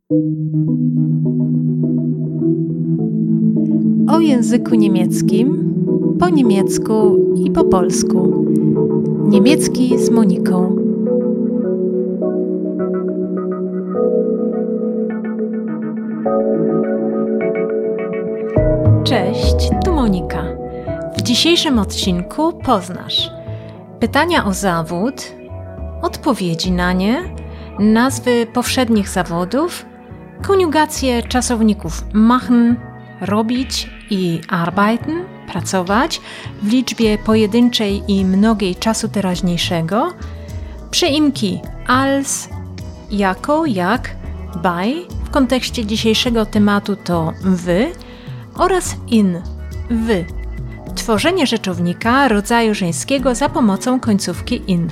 O języku niemieckim, po niemiecku i po polsku. Niemiecki z Moniką. Cześć, tu Monika. W dzisiejszym odcinku poznasz pytania o zawód, odpowiedzi na nie, nazwy powszednich zawodów, koniugacje czasowników machen, robić i arbeiten, pracować w liczbie pojedynczej i mnogiej czasu teraźniejszego, przyimki als, jako, jak, bei, w kontekście dzisiejszego tematu to wy oraz in, wy. Tworzenie rzeczownika rodzaju żeńskiego za pomocą końcówki in.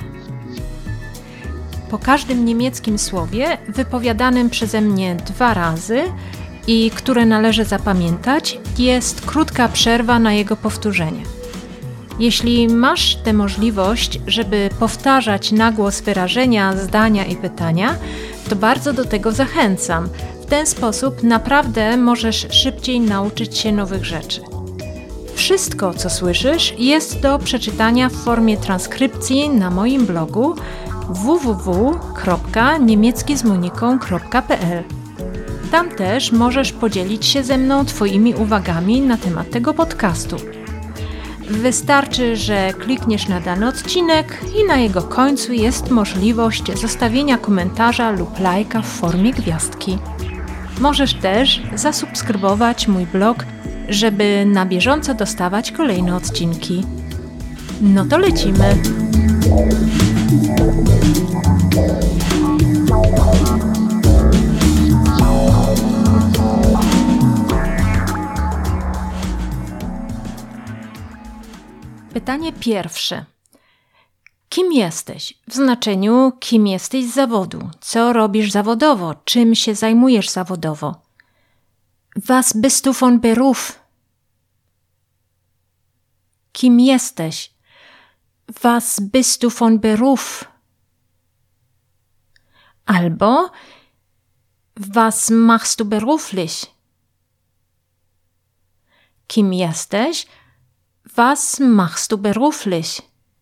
Po każdym niemieckim słowie wypowiadanym przeze mnie 2 razy i które należy zapamiętać, jest krótka przerwa na jego powtórzenie. Jeśli masz tę możliwość, żeby powtarzać na głos wyrażenia, zdania i pytania, to bardzo do tego zachęcam. W ten sposób naprawdę możesz szybciej nauczyć się nowych rzeczy. Wszystko, co słyszysz, jest do przeczytania w formie transkrypcji na moim blogu www.niemieckizmoniką.pl. Tam też możesz podzielić się ze mną Twoimi uwagami na temat tego podcastu. Wystarczy, że klikniesz na dany odcinek i na jego końcu jest możliwość zostawienia komentarza lub lajka w formie gwiazdki. Możesz też zasubskrybować mój blog, żeby na bieżąco dostawać kolejne odcinki. No to lecimy! Pytanie pierwsze. Kim jesteś? W znaczeniu, kim jesteś z zawodu? Co robisz zawodowo? Czym się zajmujesz zawodowo? Was bist du von Beruf? Kim jesteś? Was bist du von Beruf? Albo was machst du beruflich? Kim jesteś? Was machst du beruflich?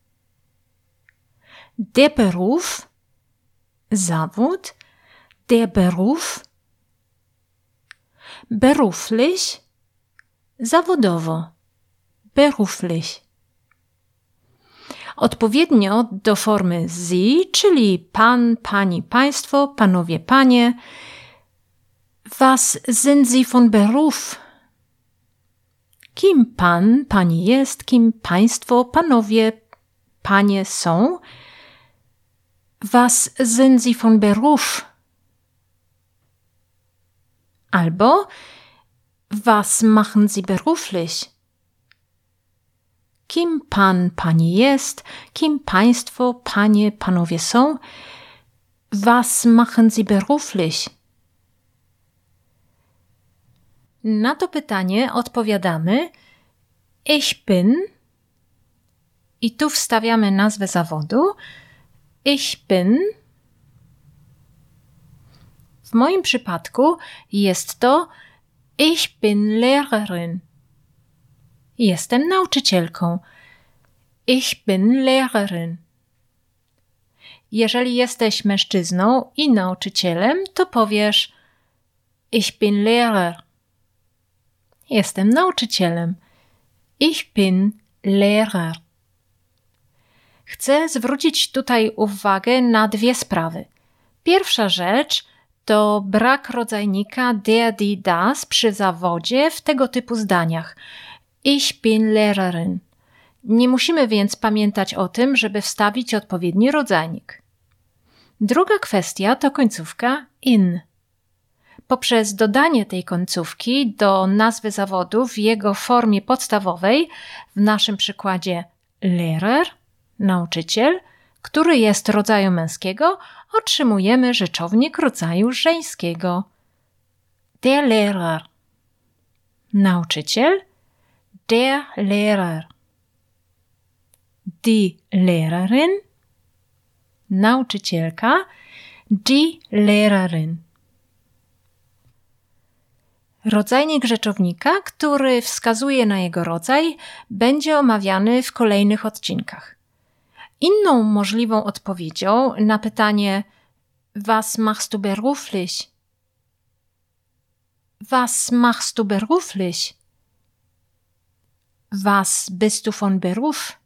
Der Beruf, zawód, der Beruf, beruflich, zawodowo, beruflich. Odpowiednio do formy Sie, czyli pan, pani, państwo, panowie, panie. Was sind Sie von Beruf? Kim pan, pani jest, kim państwo, panowie, panie są? Was sind Sie von Beruf? Albo was machen Sie beruflich? Kim pan, pani jest, kim państwo, panie, panowie są? Was machen Sie beruflich? Na to pytanie odpowiadamy Ich bin i tu wstawiamy nazwę zawodu. Ich bin. W moim przypadku jest to Ich bin Lehrerin. Jestem nauczycielką. Ich bin Lehrerin. Jeżeli jesteś mężczyzną i nauczycielem, to powiesz Ich bin Lehrer. Jestem nauczycielem. Ich bin Lehrer. Chcę zwrócić tutaj uwagę na 2 sprawy. Pierwsza rzecz to brak rodzajnika der, die, das przy zawodzie w tego typu zdaniach. Ich bin Lehrerin. Nie musimy więc pamiętać o tym, żeby wstawić odpowiedni rodzajnik. Druga kwestia to końcówka in. Poprzez dodanie tej końcówki do nazwy zawodu w jego formie podstawowej, w naszym przykładzie Lehrer, nauczyciel, który jest rodzaju męskiego, otrzymujemy rzeczownik rodzaju żeńskiego. Der Lehrer. Nauczyciel. Der Lehrer. Die Lehrerin. Nauczycielka. Die Lehrerin. Rodzajnik rzeczownika, który wskazuje na jego rodzaj, będzie omawiany w kolejnych odcinkach. Inną możliwą odpowiedzią na pytanie Was machst du beruflich? Was machst du beruflich? Was bist du von Beruf?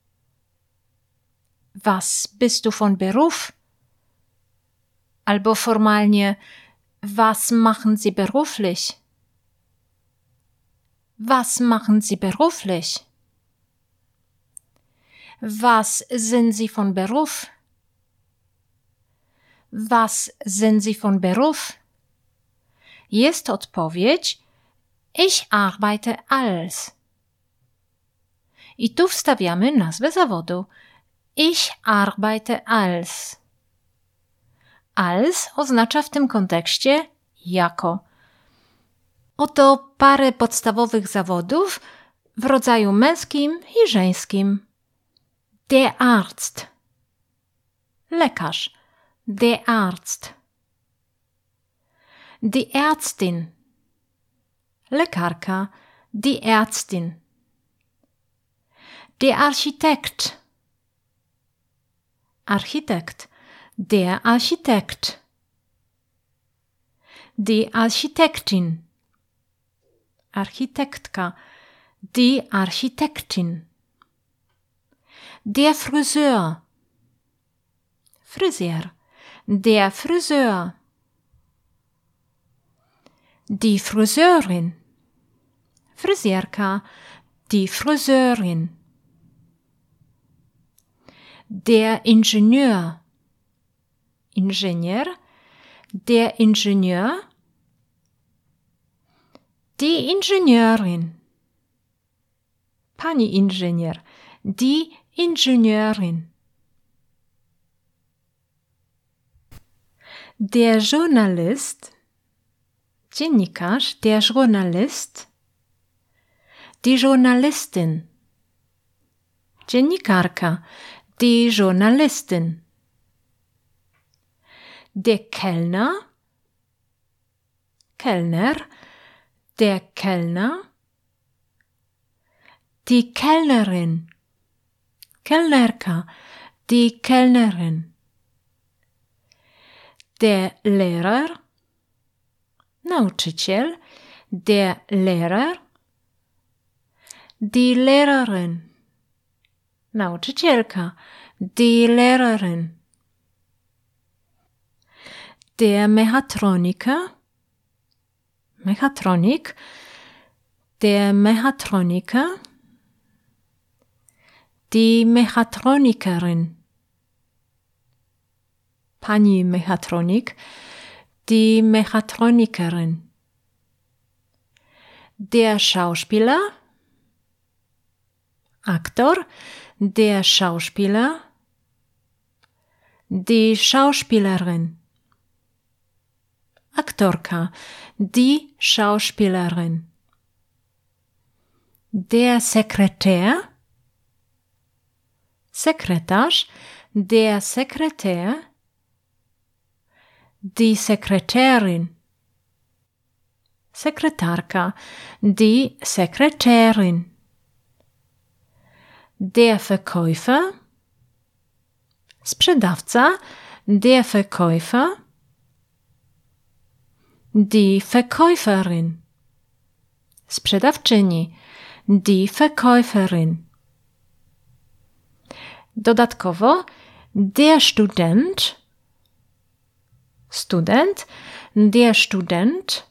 Was bist du von Beruf? Albo formalnie Was machen Sie beruflich? Was machen Sie beruflich? Was sind Sie von Beruf? Was sind Sie von Beruf? Jest odpowiedź Ich arbeite als. I tu wstawiamy nazwę zawodu. Ich arbeite als. Als oznacza w tym kontekście jako. Oto parę podstawowych zawodów w rodzaju męskim i żeńskim. Der Arzt. Lekarz. Der Arzt. Die Ärztin. Lekarka. Die Ärztin. Der Architekt. Architekt. Der Architekt. Die Architektin. Architektka. Die Architektin. Der Friseur. Fryzjer. Der Friseur. Die Friseurin. Fryzjerka. Die Friseurin. Der Ingenieur. Inżynier. Der Ingenieur. Die Ingenieurin. Pani Inżynier. Die Ingenieurin. Der Journalist. Dziennikarz. Der Journalist. Die Journalistin. Dziennikarka. Die Journalistin. Der Kellner. Kellner. Der Kellner. Die Kellnerin. Kellnerka. Die Kellnerin. Der Lehrer. Nauczyciel. Der Lehrer. Die Lehrerin. Nauczycielka. Die Lehrerin. Der Mechatroniker. Mechatronik. Der Mechatroniker. Die Mechatronikerin. Pani Mechatronik. Die Mechatronikerin. Der Schauspieler. Aktor. Der Schauspieler. Die Schauspielerin. Aktorka. Die Schauspielerin. Der Sekretär. Sekretarz. Der Sekretär. Die Sekretärin. Sekretarka. Die Sekretärin. Der Verkäufer. Sprzedawca. Der Verkäufer. Die Verkäuferin. Sprzedawczyni. Die Verkäuferin. Dodatkowo der Student. Student. Der Student.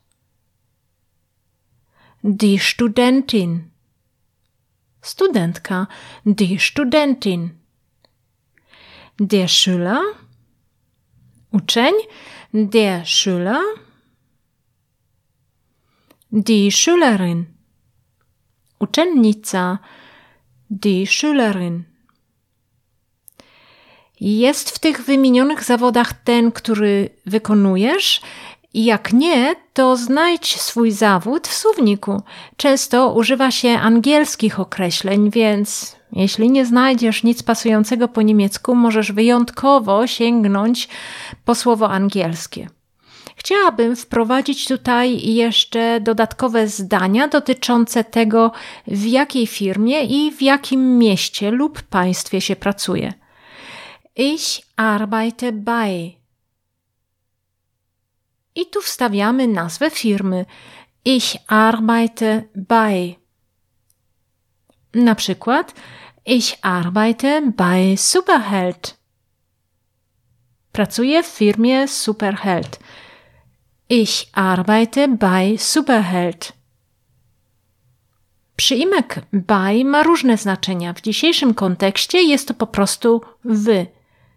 Die Studentin. Studentka. Die Studentin. Der Schüler. Uczeń. Der Schüler. Die Schülerin. Uczennica. Die Schülerin. Jest w tych wymienionych zawodach ten, który wykonujesz? I jak nie, to znajdź swój zawód w słowniku. Często używa się angielskich określeń, więc jeśli nie znajdziesz nic pasującego po niemiecku, możesz wyjątkowo sięgnąć po słowo angielskie. Chciałabym wprowadzić tutaj jeszcze dodatkowe zdania dotyczące tego, w jakiej firmie i w jakim mieście lub państwie się pracuje. Ich arbeite bei. I tu wstawiamy nazwę firmy. Ich arbeite bei. Na przykład ich arbeite bei Superheld. Pracuję w firmie Superheld. Ich arbeite bei Superheld. Przyimek bei ma różne znaczenia. W dzisiejszym kontekście jest to po prostu wy.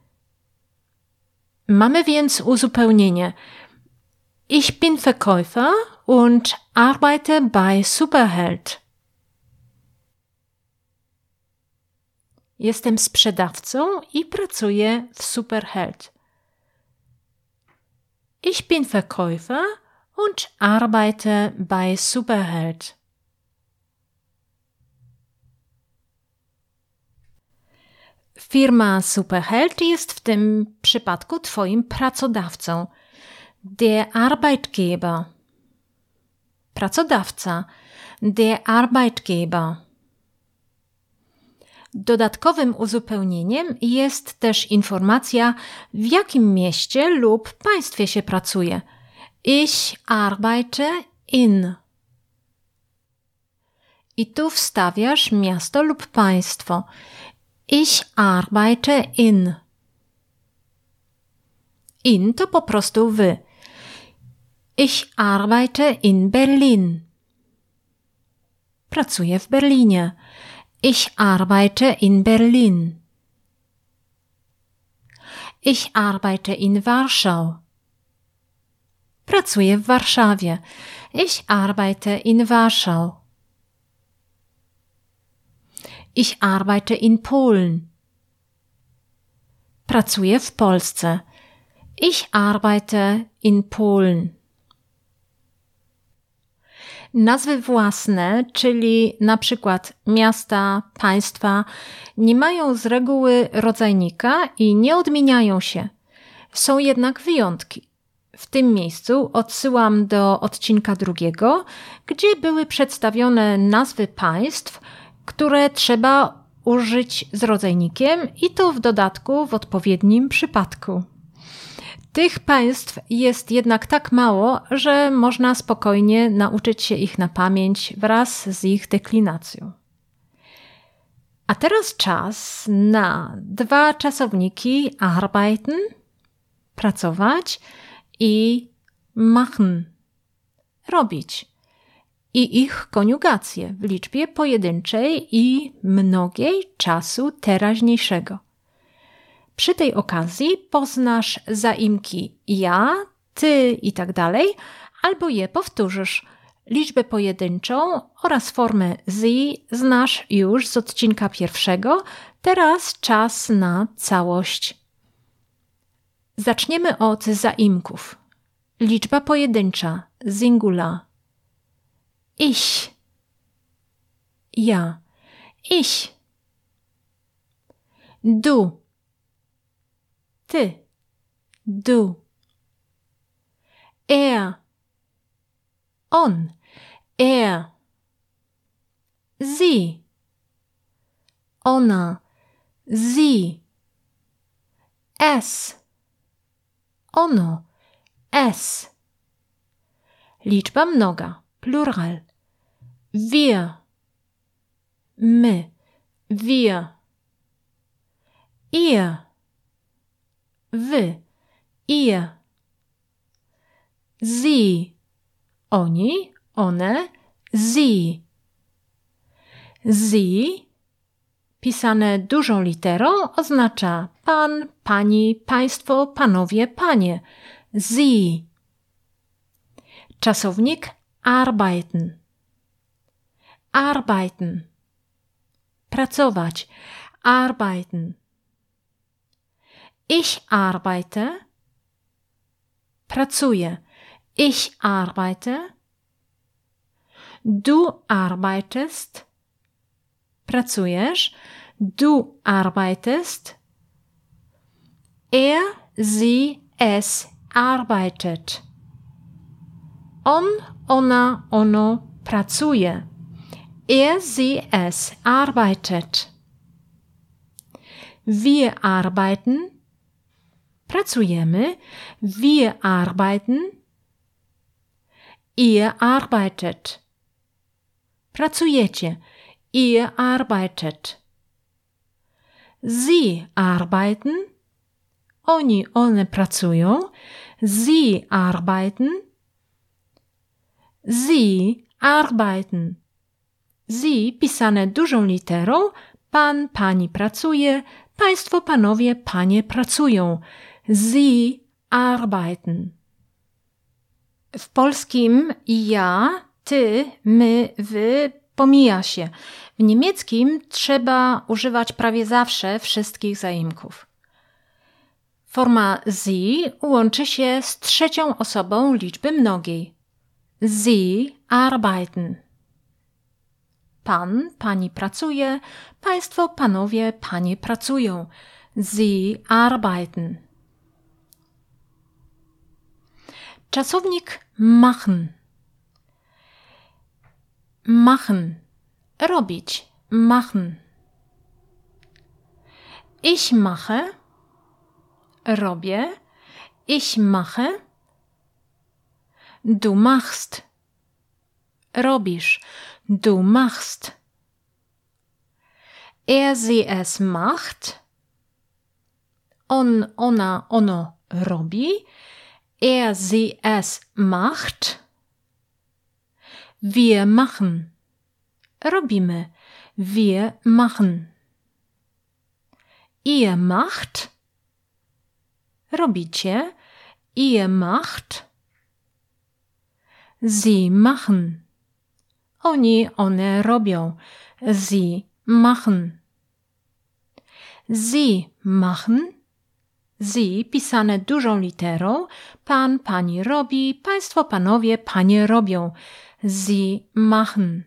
Mamy więc uzupełnienie. Ich bin Verkäufer und arbeite bei Superheld. Jestem sprzedawcą i pracuję w Superheld. Ich bin Verkäufer und arbeite bei Superheld. Firma Superheld jest w tym przypadku Twoim pracodawcą. Der Arbeitgeber. Pracodawca. Der Arbeitgeber. Dodatkowym uzupełnieniem jest też informacja, w jakim mieście lub państwie się pracuje. Ich arbeite in. I tu wstawiasz miasto lub państwo. Ich arbeite in. In to po prostu wy. Ich arbeite in Berlin. Pracuję w Berlinie. Ich arbeite in Berlin. Ich arbeite in Warschau. Pracuję w Warszawie. Ich arbeite in Warschau. Ich arbeite in Polen. Pracuję w Polsce. Ich arbeite in Polen. Nazwy własne, czyli na przykład miasta, państwa, nie mają z reguły rodzajnika i nie odmieniają się. Są jednak wyjątki. W tym miejscu odsyłam do odcinka 2, gdzie były przedstawione nazwy państw, które trzeba użyć z rodzajnikiem i to w dodatku w odpowiednim przypadku. Tych państw jest jednak tak mało, że można spokojnie nauczyć się ich na pamięć wraz z ich deklinacją. A teraz czas na 2 czasowniki arbeiten, pracować i machen, robić. I ich koniugację w liczbie pojedynczej i mnogiej czasu teraźniejszego. Przy tej okazji poznasz zaimki ja, ty i tak dalej, albo je powtórzysz. Liczbę pojedynczą oraz formę sie znasz już z odcinka 1. Teraz czas na całość. Zaczniemy od zaimków. Liczba pojedyncza, singular. Ich. Ja. Ich. Du. Ty. Du. Er. On. Er. Sie. Ona. Sie. Es. Ono. Es. Liczba mnoga, plural. Wir. My. Wir. Ihr. Wy. Ihr. Sie. Oni. One. Sie. Sie, pisane dużą literą, oznacza pan, pani, państwo, panowie, panie. Sie. Czasownik arbeiten. Arbeiten. Pracować. Arbeiten. Ich arbeite. Pracuję. Ich arbeite. Du arbeitest. Pracujesz. Du arbeitest. Er, sie, es arbeitet. On, ona, ono pracuje. Sie, es arbeitet. Wir arbeiten. Pracujemy. Wir arbeiten. Ihr arbeitet. Pracujecie. Ihr arbeitet. Sie arbeiten. Oni, one pracują. Sie arbeiten. Sie arbeiten. Sie pisane dużą literą. Pan, pani pracuje. Państwo, panowie, panie pracują. Sie arbeiten. W polskim ja, ty, my, wy pomija się. W niemieckim trzeba używać prawie zawsze wszystkich zaimków. Forma sie łączy się z trzecią osobą liczby mnogiej. Sie arbeiten. Pan, pani pracuje, państwo, panowie, panie pracują. Sie arbeiten. Czasownik machen. Machen. Robić. Machen. Ich mache. Robię. Ich mache. Du machst. Robisz. Du machst. Sie, es macht. On, ona, ono robi. Sie, es macht. Wir machen. Robimy. Wir machen. Ihr macht. Robicie. Ihr macht. Sie machen. Oni, one robią. Sie machen. Sie machen. Sie pisane dużą literą. Pan, pani robi. Państwo, panowie, panie robią. Sie machen.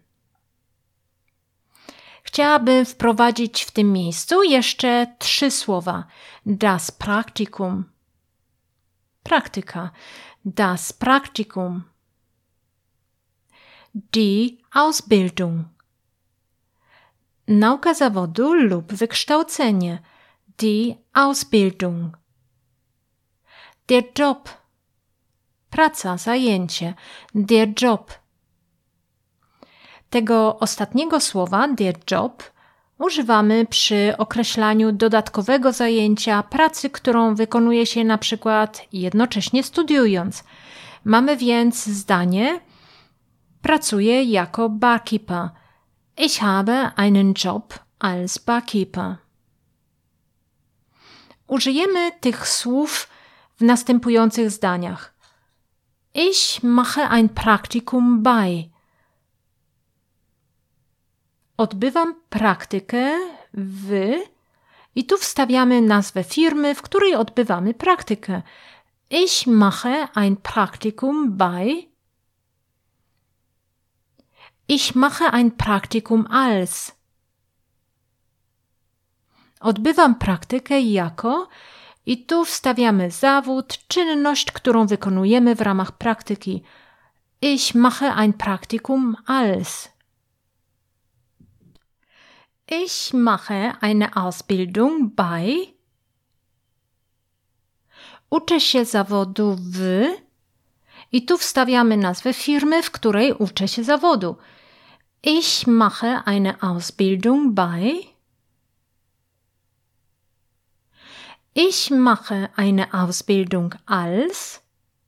Chciałabym wprowadzić w tym miejscu jeszcze 3 słowa. Das Praktikum. Praktyka. Das Praktikum. Die Ausbildung. Nauka zawodu lub wykształcenie. Die Ausbildung. Der Job. Praca, zajęcie. Der Job. Tego ostatniego słowa, der Job, używamy przy określaniu dodatkowego zajęcia, pracy, którą wykonuje się na przykład jednocześnie studiując. Mamy więc zdanie: pracuję jako Barkeeper. Ich habe einen Job als Barkeeper. Użyjemy tych słów w następujących zdaniach. Ich mache ein Praktikum bei. Odbywam praktykę w i tu wstawiamy nazwę firmy, w której odbywamy praktykę. Ich mache ein Praktikum bei. Ich mache ein Praktikum als. Odbywam praktykę jako i tu wstawiamy zawód, czynność, którą wykonujemy w ramach praktyki. Ich mache ein Praktikum als. Ich mache eine Ausbildung bei. Uczę się zawodu w i tu wstawiamy nazwę firmy, w której uczę się zawodu. Ich mache eine Ausbildung bei. Ich mache eine Ausbildung als.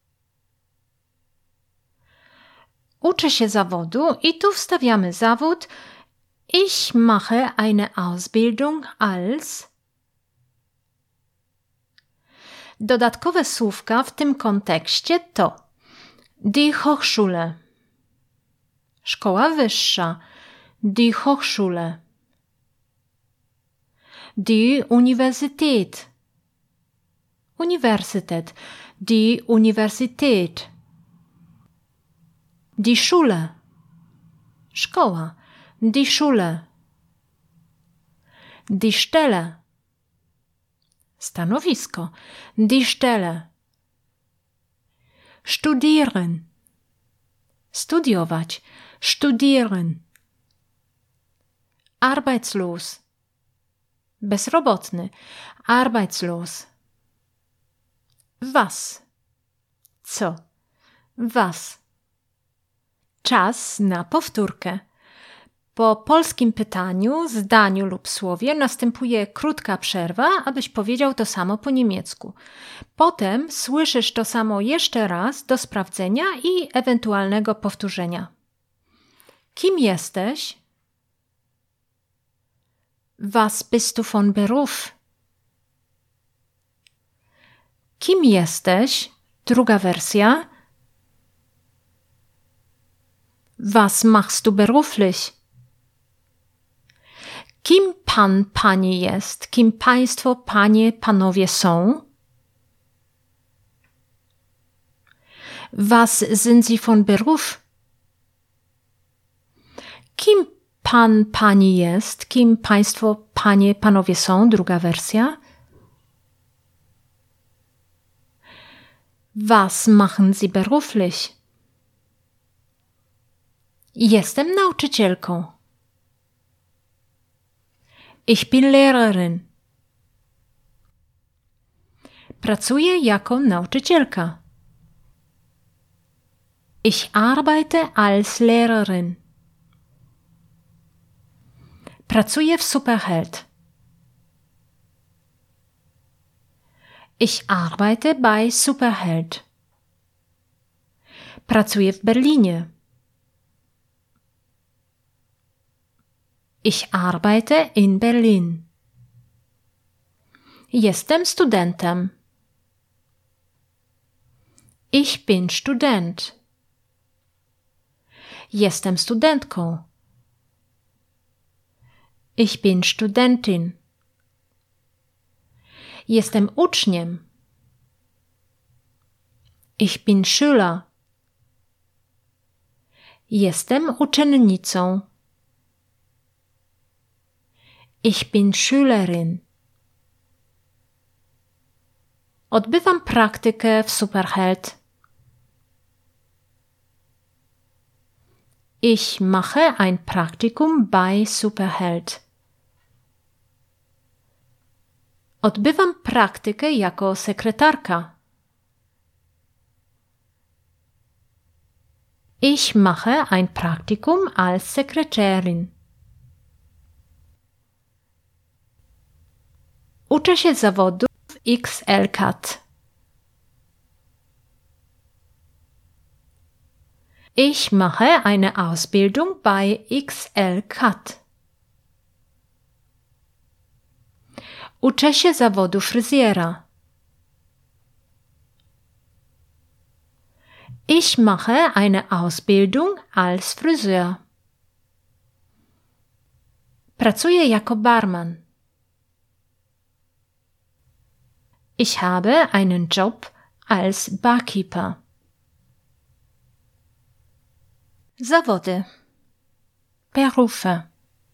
Uczę się zawodu i tu wstawiamy zawód. Ich mache eine Ausbildung als. Dodatkowe słówka w tym kontekście to die Hochschule, szkoła wyższa, die Hochschule, die Universität, uniwersytet, die Universität, die Schule, szkoła, die Schule, die Stelle, stanowisko, die Stelle, studieren, studiować, studieren. Arbeitslos, bezrobotny, arbeitslos. Was, co, was. Czas na powtórkę. Po polskim pytaniu, zdaniu lub słowie następuje krótka przerwa, abyś powiedział to samo po niemiecku. Potem słyszysz to samo jeszcze raz do sprawdzenia i ewentualnego powtórzenia. Kim jesteś? Was bist du von Beruf? Kim jesteś? Druga wersja. Was machst du beruflich? Kim pan, pani jest? Kim państwo, panie, panowie są? Was sind sie von Beruf? Kim pan, pani jest? Kim państwo, panie, panowie są? Druga wersja. Was machen sie beruflich? Jestem nauczycielką. Ich bin Lehrerin. Pracuję jako nauczycielka. Ich arbeite als Lehrerin. Pracuję w Superheld. Ich arbeite bei Superheld. Pracuję w Berlinie. Ich arbeite in Berlin. Jestem studentem. Ich bin Student. Jestem studentką. Ich bin Studentin. Jestem uczniem. Ich bin Schüler. Jestem uczennicą. Ich bin Schülerin. Odbywam praktykę w Superheld. Ich mache ein Praktikum bei Superheld. Odbywam praktykę jako sekretarka. Ich mache ein Praktikum als Sekretärin. Uczę się zawodu w XL-CAD. Ich mache eine Ausbildung bei XL-CAD. Uczę się zawodu fryzjera. Ich mache eine Ausbildung als Friseur. Pracuję jako barman. Ich habe einen Job als Barkeeper. Zawody. Berufe.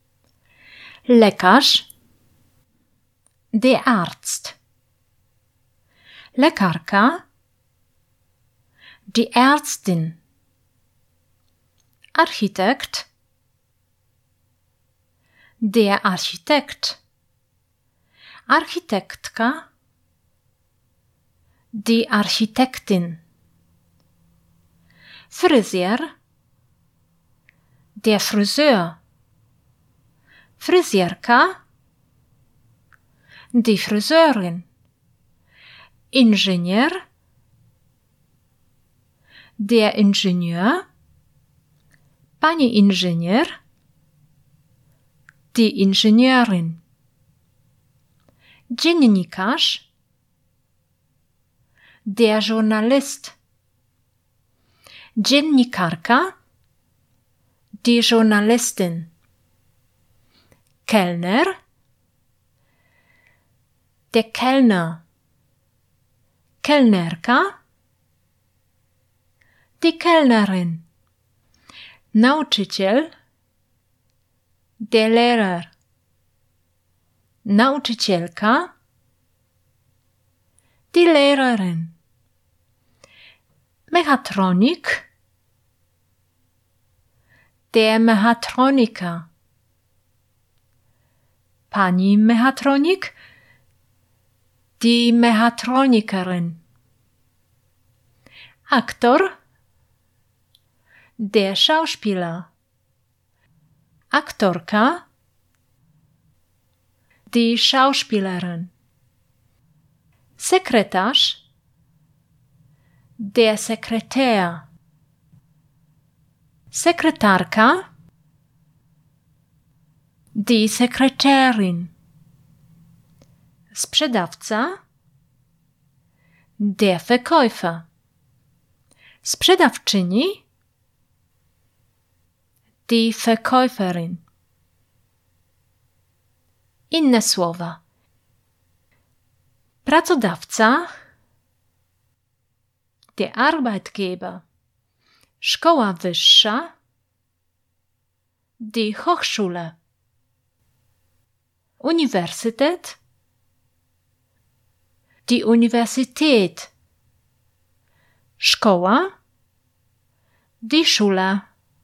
Lekarz. Der Arzt. Lekarka. Die Ärztin. Architekt. Der Architekt. Architektka. Die Architektin. Fryzjer. Der Friseur. Fryzjerka. Die Friseurin. Ingenieur. Der Ingenieur. Pani Ingenieur. Die Ingenieurin. Dziennikarz. Der Journalist. Dziennikarka. Die Journalistin. Kellner. Der Kellner. Kellnerka. Die Kellnerin. Nauczyciel. Der Lehrer. Nauczycielka. Die Lehrerin. Mechatronik. Der Mechatroniker. Pani Mechatronik. Die Mechatronikerin. Aktor. Der Schauspieler. Aktorka. Die Schauspielerin. Sekretarz. Der Sekretär. Sekretarka. Die Sekretärin. Sprzedawca. Der Verkäufer. Sprzedawczyni. Die Verkäuferin. Inne słowa. Pracodawca. Der Arbeitgeber. Szkoła wyższa. Die Hochschule. Uniwersytet. Die Universität. Szkoła. Die Schule.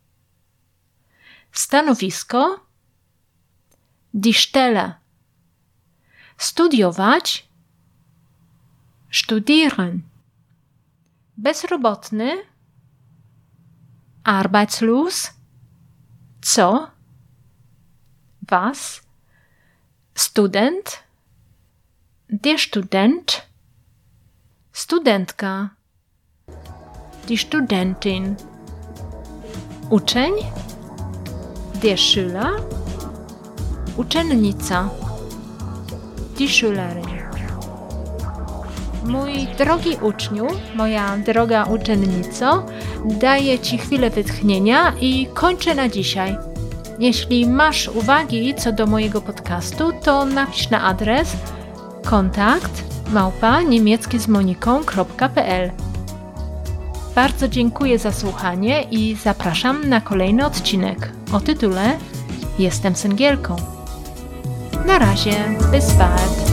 Stanowisko. Die Stelle. Studiować. Studieren. Bezrobotny. Arbeitslos. Co? Was? Student. Der Student. Studentka. Die Studentin. Uczeń. Der Schüler. Uczennica. Die Schülerin. Mój drogi uczniu, moja droga uczennico, daję Ci chwilę wytchnienia i kończę na dzisiaj. Jeśli masz uwagi co do mojego podcastu, to napisz na adres kontakt@niemieckizmoniką.pl. Bardzo dziękuję za słuchanie i zapraszam na kolejny odcinek o tytule Jestem Sęgielką. Na razie, bis bald.